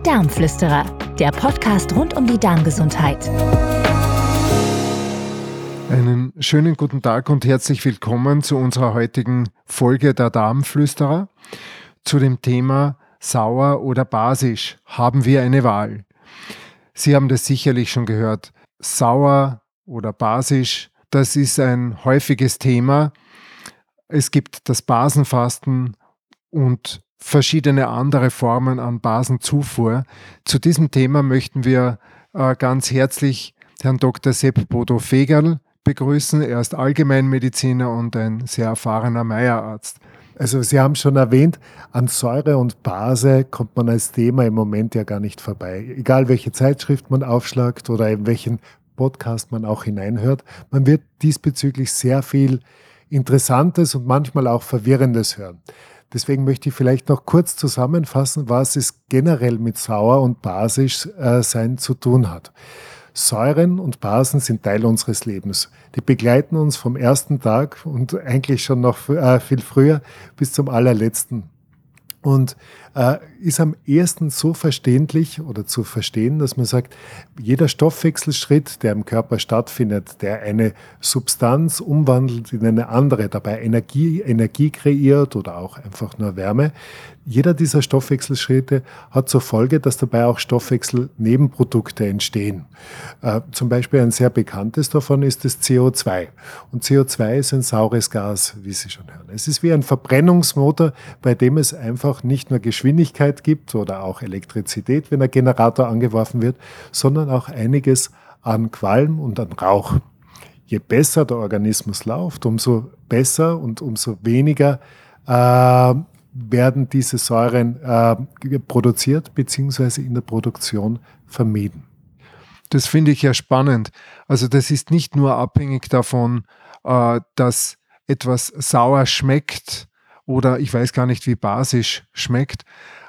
Darmflüsterer, der Podcast rund um die Darmgesundheit. Einen schönen guten Tag und herzlich willkommen zu unserer heutigen Folge der Darmflüsterer. Zu dem Thema sauer oder basisch, haben wir eine Wahl? Sie haben das sicherlich schon gehört. Sauer oder basisch, das ist ein häufiges Thema. Es gibt das Basenfasten und verschiedene andere Formen an Basenzufuhr. Zu diesem Thema möchten wir ganz herzlich Herrn Dr. Sepp Bodo-Fegerl begrüßen. Er ist Allgemeinmediziner und ein sehr erfahrener Meierarzt. Also Sie haben schon erwähnt, an Säure und Base kommt man als Thema im Moment ja gar nicht vorbei. Egal welche Zeitschrift man aufschlagt oder in welchen Podcast man auch hineinhört, man wird diesbezüglich sehr viel Interessantes und manchmal auch Verwirrendes hören. Deswegen möchte ich vielleicht noch kurz zusammenfassen, was es generell mit sauer und basisch sein zu tun hat. Säuren und Basen sind Teil unseres Lebens. Die begleiten uns vom ersten Tag und eigentlich schon noch viel früher bis zum allerletzten. Und ist am ehesten so verständlich oder zu verstehen, dass man sagt, jeder Stoffwechselschritt, der im Körper stattfindet, der eine Substanz umwandelt in eine andere, dabei Energie kreiert oder auch einfach nur Wärme, jeder dieser Stoffwechselschritte hat zur Folge, dass dabei auch Stoffwechselnebenprodukte entstehen. Zum Beispiel ein sehr bekanntes davon ist das CO2. Und CO2 ist ein saures Gas, wie Sie schon hören. Es ist wie ein Verbrennungsmotor, bei dem es einfach nicht nur Geschwindigkeit gibt oder auch Elektrizität, wenn ein Generator angeworfen wird, sondern auch einiges an Qualm und an Rauch. Je besser der Organismus läuft, umso besser und umso weniger werden diese Säuren produziert bzw. in der Produktion vermieden. Das finde ich ja spannend. Also das ist nicht nur abhängig davon, dass etwas sauer schmeckt oder ich weiß gar nicht, wie basisch schmeckt,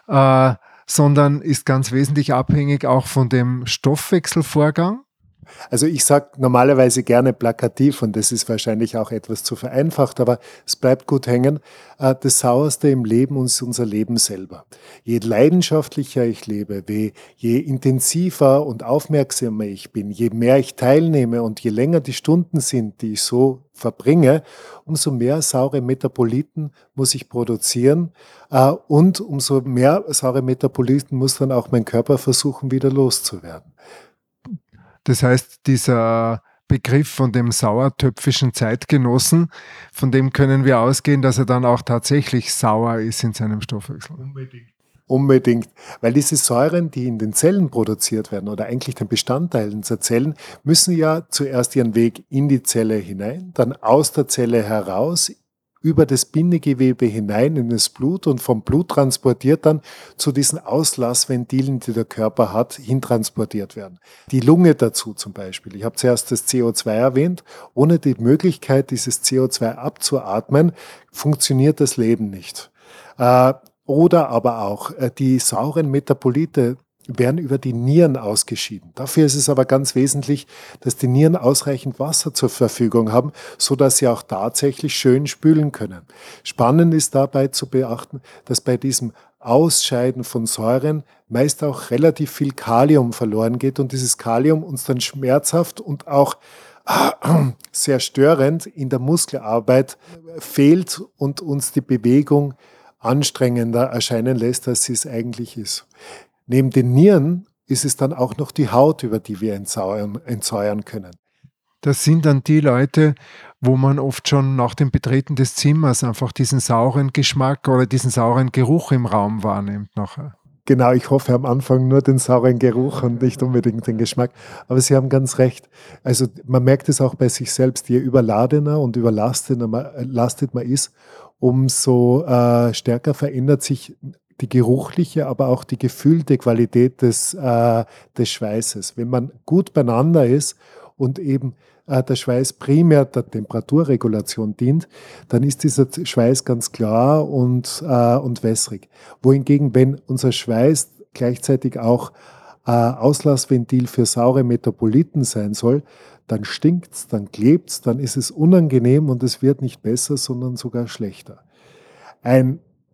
sondern ist ganz wesentlich abhängig auch von dem Stoffwechselvorgang. Also ich sage normalerweise gerne plakativ und das ist wahrscheinlich auch etwas zu vereinfacht, aber es bleibt gut hängen. Das Sauerste im Leben ist unser Leben selber. Je leidenschaftlicher ich lebe, je intensiver und aufmerksamer ich bin, je mehr ich teilnehme und je länger die Stunden sind, die ich so verbringe, umso mehr saure Metaboliten muss ich produzieren und umso mehr saure Metaboliten muss dann auch mein Körper versuchen, wieder loszuwerden. Das heißt, dieser Begriff von dem sauertöpfischen Zeitgenossen, von dem können wir ausgehen, dass er dann auch tatsächlich sauer ist in seinem Stoffwechsel. Unbedingt, weil diese Säuren, die in den Zellen produziert werden oder eigentlich den Bestandteilen der Zellen, müssen ja zuerst ihren Weg in die Zelle hinein, dann aus der Zelle heraus, über das Bindegewebe hinein in das Blut und vom Blut transportiert dann zu diesen Auslassventilen, die der Körper hat, hintransportiert werden. Die Lunge dazu zum Beispiel. Ich habe zuerst das CO2 erwähnt. Ohne die Möglichkeit, dieses CO2 abzuatmen, funktioniert das Leben nicht. Oder aber auch die sauren Metabolite werden über die Nieren ausgeschieden. Dafür ist es aber ganz wesentlich, dass die Nieren ausreichend Wasser zur Verfügung haben, sodass sie auch tatsächlich schön spülen können. Spannend ist dabei zu beachten, dass bei diesem Ausscheiden von Säuren meist auch relativ viel Kalium verloren geht und dieses Kalium uns dann schmerzhaft und auch sehr störend in der Muskelarbeit fehlt und uns die Bewegung anstrengender erscheinen lässt, als sie es eigentlich ist. Neben den Nieren ist es dann auch noch die Haut, über die wir entsäuern können. Das sind dann die Leute, wo man oft schon nach dem Betreten des Zimmers einfach diesen sauren Geschmack oder diesen sauren Geruch im Raum wahrnimmt nachher. Genau, ich hoffe am Anfang nur den sauren Geruch und nicht unbedingt den Geschmack. Aber Sie haben ganz recht. Also man merkt es auch bei sich selbst, je überladener und überlastet man ist, umso stärker verändert sich die geruchliche, aber auch die gefühlte Qualität des Schweißes. Wenn man gut beieinander ist und eben der Schweiß primär der Temperaturregulation dient, dann ist dieser Schweiß ganz klar und wässrig. Wohingegen, wenn unser Schweiß gleichzeitig auch Auslassventil für saure Metaboliten sein soll, dann stinkt's, dann klebt's, dann ist es unangenehm und es wird nicht besser, sondern sogar schlechter. Ein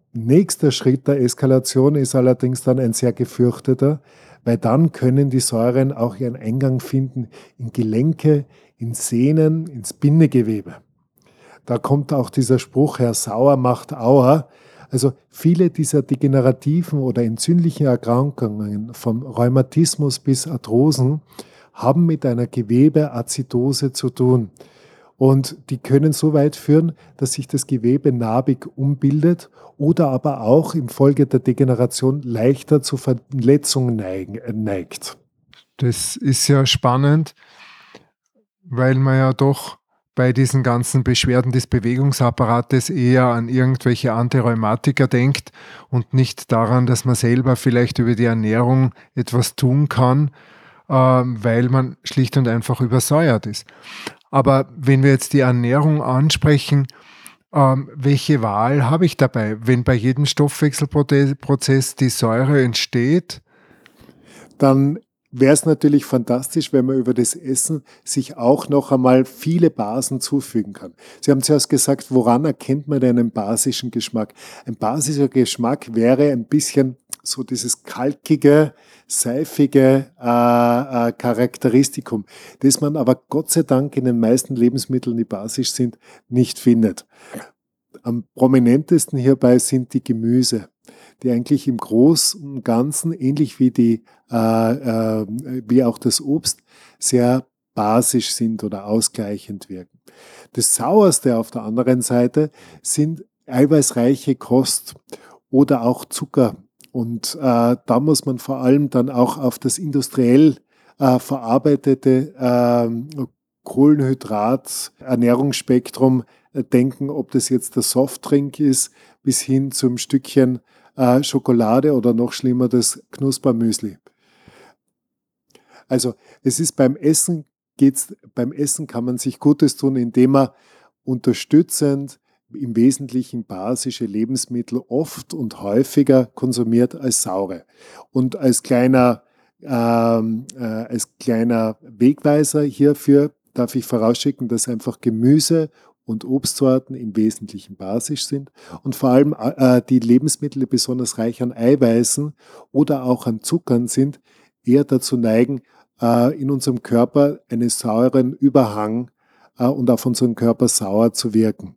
Nächster Schritt der Eskalation ist allerdings dann ein sehr gefürchteter, weil dann können die Säuren auch ihren Eingang finden in Gelenke, in Sehnen, ins Bindegewebe. Da kommt auch dieser Spruch her, sauer macht Auer. Also viele dieser degenerativen oder entzündlichen Erkrankungen, vom Rheumatismus bis Arthrosen, haben mit einer Gewebeazidose zu tun. Und die können so weit führen, dass sich das Gewebe narbig umbildet oder aber auch infolge der Degeneration leichter zu Verletzungen neigt. Das ist ja spannend, weil man ja doch bei diesen ganzen Beschwerden des Bewegungsapparates eher an irgendwelche Antirheumatika denkt und nicht daran, dass man selber vielleicht über die Ernährung etwas tun kann, weil man schlicht und einfach übersäuert ist. Aber wenn wir jetzt die Ernährung ansprechen, welche Wahl habe ich dabei? Wenn bei jedem Stoffwechselprozess die Säure entsteht, dann wäre es natürlich fantastisch, wenn man über das Essen sich auch noch einmal viele Basen zufügen kann. Sie haben zuerst gesagt, woran erkennt man denn einen basischen Geschmack? Ein basischer Geschmack wäre ein bisschen so dieses kalkige, seifige Charakteristikum, das man aber Gott sei Dank in den meisten Lebensmitteln, die basisch sind, nicht findet. Am prominentesten hierbei sind die Gemüse, die eigentlich im Großen und Ganzen, ähnlich wie wie auch das Obst, sehr basisch sind oder ausgleichend wirken. Das Sauerste auf der anderen Seite sind eiweißreiche Kost oder auch Zucker. Und da muss man vor allem dann auch auf das industriell verarbeitete Kohlenhydrat-Ernährungsspektrum denken, ob das jetzt der Softdrink ist, bis hin zum Stückchen Schokolade oder noch schlimmer das Knuspermüsli. Also es ist beim Essen kann man sich Gutes tun, indem man unterstützend im Wesentlichen basische Lebensmittel oft und häufiger konsumiert als saure. Und als kleiner Wegweiser hierfür darf ich vorausschicken, dass einfach Gemüse und Obstsorten im Wesentlichen basisch sind und vor allem die Lebensmittel, die besonders reich an Eiweißen oder auch an Zuckern sind, eher dazu neigen, in unserem Körper einen sauren Überhang und auf unseren Körper sauer zu wirken.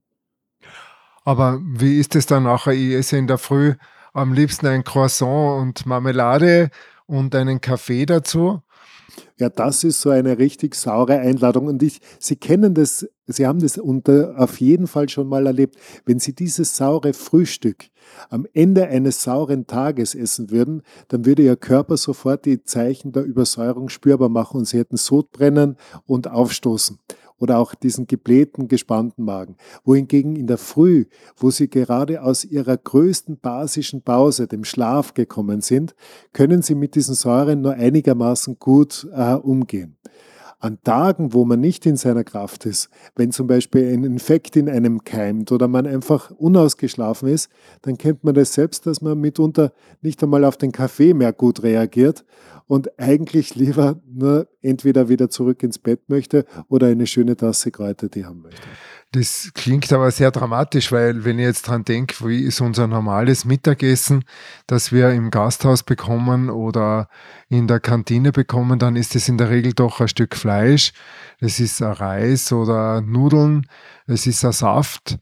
aber wie ist es dann nachher? Ich esse in der Früh am liebsten ein Croissant und Marmelade und einen Kaffee dazu. Ja, das ist so eine richtig saure Einladung. Und Sie kennen das, Sie haben das auf jeden Fall schon mal erlebt. Wenn Sie dieses saure Frühstück am Ende eines sauren Tages essen würden, dann würde Ihr Körper sofort die Zeichen der Übersäuerung spürbar machen und Sie hätten Sodbrennen und Aufstoßen. Oder auch diesen geblähten, gespannten Magen. Wohingegen in der Früh, wo Sie gerade aus Ihrer größten basischen Pause, dem Schlaf, gekommen sind, können Sie mit diesen Säuren nur einigermaßen gut umgehen. An Tagen, wo man nicht in seiner Kraft ist, wenn zum Beispiel ein Infekt in einem keimt oder man einfach unausgeschlafen ist, dann kennt man das selbst, dass man mitunter nicht einmal auf den Kaffee mehr gut reagiert und eigentlich lieber nur entweder wieder zurück ins Bett möchte oder eine schöne Tasse Kräutertee haben möchte. Das klingt aber sehr dramatisch, weil wenn ich jetzt dran denke, wie ist unser normales Mittagessen, das wir im Gasthaus bekommen oder in der Kantine bekommen, dann ist es in der Regel doch ein Stück Fleisch, es ist ein Reis oder Nudeln, es ist ein Saft.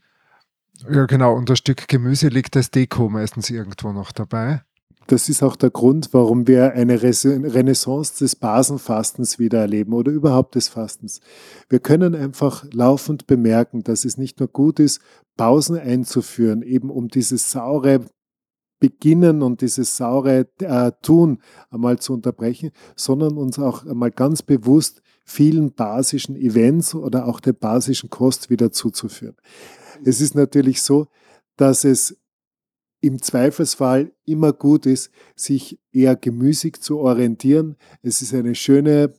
Ja genau, und ein Stück Gemüse liegt als Deko meistens irgendwo noch dabei. Das ist auch der Grund, warum wir eine Renaissance des Basenfastens wieder erleben oder überhaupt des Fastens. Wir können einfach laufend bemerken, dass es nicht nur gut ist, Pausen einzuführen, eben um dieses saure Beginnen und dieses saure Tun einmal zu unterbrechen, sondern uns auch einmal ganz bewusst vielen basischen Events oder auch der basischen Kost wieder zuzuführen. Es ist natürlich so, dass es im Zweifelsfall immer gut ist, sich eher gemüsig zu orientieren. Es ist eine schöne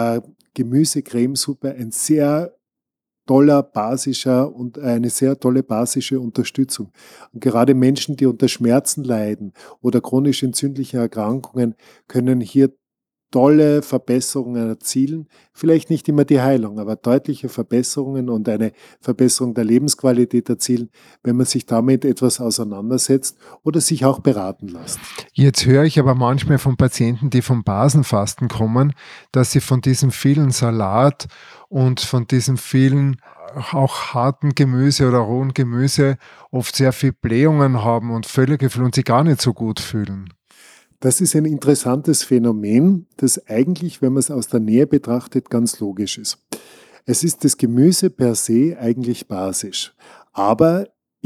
Gemüsecremesuppe, ein sehr toller basischer und eine sehr tolle basische Unterstützung. Und gerade Menschen, die unter Schmerzen leiden oder chronisch entzündliche Erkrankungen, können hier tolle Verbesserungen erzielen, vielleicht nicht immer die Heilung, aber deutliche Verbesserungen und eine Verbesserung der Lebensqualität erzielen, wenn man sich damit etwas auseinandersetzt oder sich auch beraten lässt. Jetzt höre ich aber manchmal von Patienten, die vom Basenfasten kommen, dass sie von diesem vielen Salat und von diesem vielen auch harten Gemüse oder rohen Gemüse oft sehr viel Blähungen haben und Völlegefühl und sich gar nicht so gut fühlen. Das ist ein interessantes Phänomen, das eigentlich, wenn man es aus der Nähe betrachtet, ganz logisch ist. Es ist das Gemüse per se eigentlich basisch, aber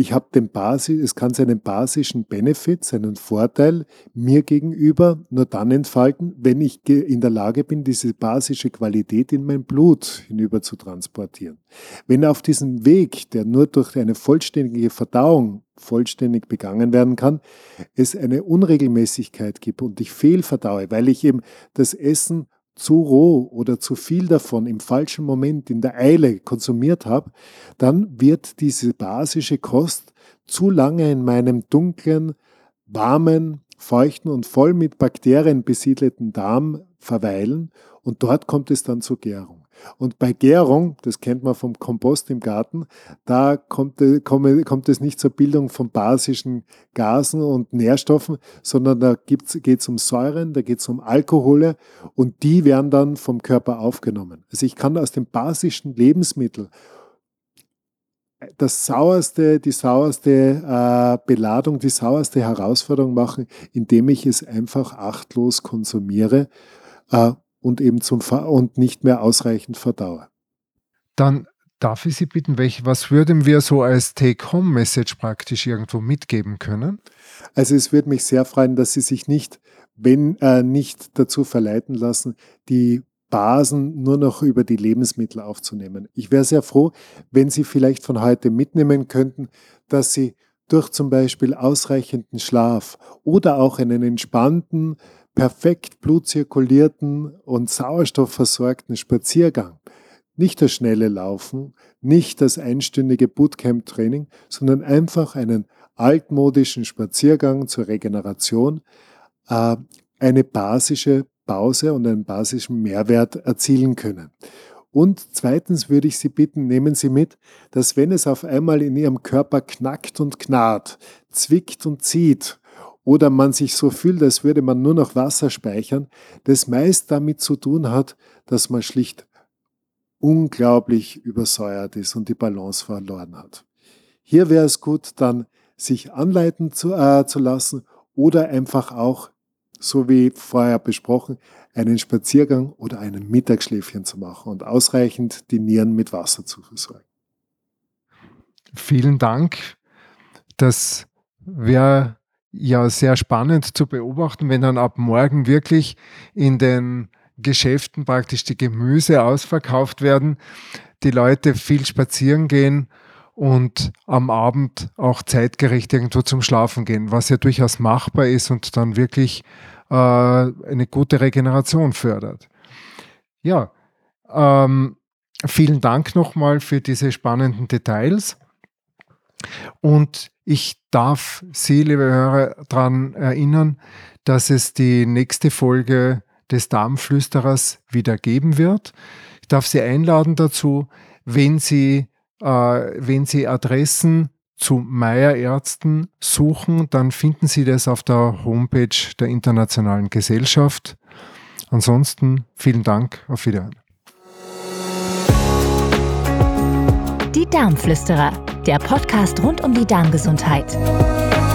es kann seinen basischen Benefit, seinen Vorteil mir gegenüber nur dann entfalten, wenn ich in der Lage bin, diese basische Qualität in mein Blut hinüber zu transportieren. Wenn auf diesem Weg, der nur durch eine vollständige Verdauung vollständig begangen werden kann, es eine Unregelmäßigkeit gibt und ich fehlverdaue, weil ich eben das Essen zu roh oder zu viel davon im falschen Moment in der Eile konsumiert habe, dann wird diese basische Kost zu lange in meinem dunklen, warmen, feuchten und voll mit Bakterien besiedelten Darm verweilen und dort kommt es dann zur Gärung. Und bei Gärung, das kennt man vom Kompost im Garten, da kommt es nicht zur Bildung von basischen Gasen und Nährstoffen, sondern da geht es um Säuren, da geht es um Alkohole und die werden dann vom Körper aufgenommen. Also ich kann aus dem basischen Lebensmittel die sauerste Beladung, die sauerste Herausforderung machen, indem ich es einfach achtlos konsumiere und eben und nicht mehr ausreichend verdaue. Dann darf ich Sie bitten, was würden wir so als Take-Home-Message praktisch irgendwo mitgeben können? Also es würde mich sehr freuen, dass Sie sich nicht dazu verleiten lassen, die Basen nur noch über die Lebensmittel aufzunehmen. Ich wäre sehr froh, wenn Sie vielleicht von heute mitnehmen könnten, dass Sie durch zum Beispiel ausreichenden Schlaf oder auch einen entspannten, perfekt blutzirkulierten und sauerstoffversorgten Spaziergang, nicht das schnelle Laufen, nicht das einstündige Bootcamp-Training, sondern einfach einen altmodischen Spaziergang zur Regeneration, eine basische Pause und einen basischen Mehrwert erzielen können. Und zweitens würde ich Sie bitten, nehmen Sie mit, dass wenn es auf einmal in Ihrem Körper knackt und knarrt, zwickt und zieht, oder man sich so fühlt, als würde man nur noch Wasser speichern, das meist damit zu tun hat, dass man schlicht unglaublich übersäuert ist und die Balance verloren hat. Hier wäre es gut, dann sich anleiten zu lassen oder einfach auch, so wie vorher besprochen, einen Spaziergang oder einen Mittagsschläfchen zu machen und ausreichend die Nieren mit Wasser zu versorgen. Vielen Dank. Das wäre ja sehr spannend zu beobachten, wenn dann ab morgen wirklich in den Geschäften praktisch die Gemüse ausverkauft werden, die Leute viel spazieren gehen und am Abend auch zeitgerecht irgendwo zum Schlafen gehen, was ja durchaus machbar ist und dann wirklich eine gute Regeneration fördert. Ja, vielen Dank nochmal für diese spannenden Details. Und ich darf Sie, liebe Hörer, daran erinnern, dass es die nächste Folge des Darmflüsterers wieder geben wird. Ich darf Sie einladen dazu, wenn Sie Adressen zu Meyer Ärzten suchen, dann finden Sie das auf der Homepage der Internationalen Gesellschaft. Ansonsten vielen Dank, auf Wiederhören. Die Darmflüsterer, der Podcast rund um die Darmgesundheit.